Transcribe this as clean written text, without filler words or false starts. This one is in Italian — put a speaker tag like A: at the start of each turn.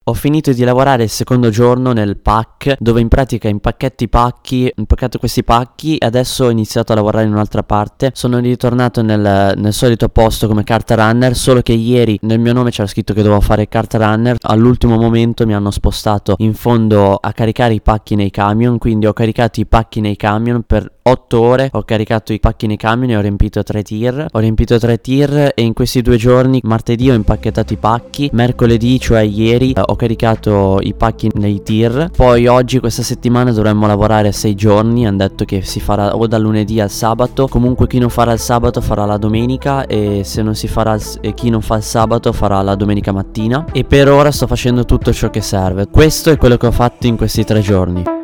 A: Ho finito di lavorare il secondo giorno nel pack, dove in pratica ho impaccato questi pacchi e adesso ho iniziato a lavorare in un'altra parte. Sono ritornato nel solito posto come cart runner, solo che ieri nel mio nome c'era scritto che dovevo fare cart runner. All'ultimo momento mi hanno spostato in fondo a caricare i pacchi nei camion, quindi ho caricato i pacchi nei camion per 8 ore, ho caricato i pacchi nei camion e ho riempito 3 tir e in questi 2 giorni, martedì ho impacchettato i pacchi, mercoledì, cioè ieri, ho caricato i pacchi nei tir, poi oggi questa settimana dovremmo lavorare 6 giorni, hanno detto che si farà o dal lunedì al sabato, comunque chi non farà il sabato farà la domenica e se non si farà e chi non fa il sabato farà la domenica mattina, e per ora sto facendo tutto ciò che serve. Questo è quello che ho fatto in questi 3 giorni.